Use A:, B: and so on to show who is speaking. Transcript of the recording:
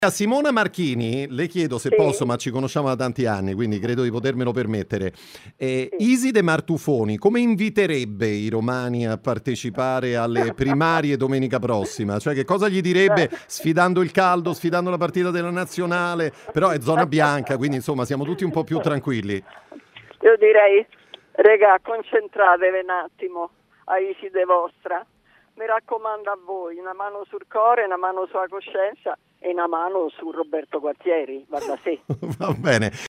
A: A Simona Marchini le chiedo se posso,
B: Sì,
A: ma ci conosciamo da tanti anni, quindi credo di potermelo permettere.
B: sì.
A: Iside Martufoni, come inviterebbe i romani a partecipare alle primarie domenica prossima? Cioè, che cosa gli direbbe sfidando il caldo, sfidando la partita della nazionale? Però è zona bianca, quindi insomma siamo tutti un po' più tranquilli.
B: Io direi, regà, concentratevi un attimo, Aiside vostra. Mi raccomando a voi, una mano sul cuore, una mano sulla coscienza e una mano su Roberto Gualtieri, va da sé.
A: Va bene.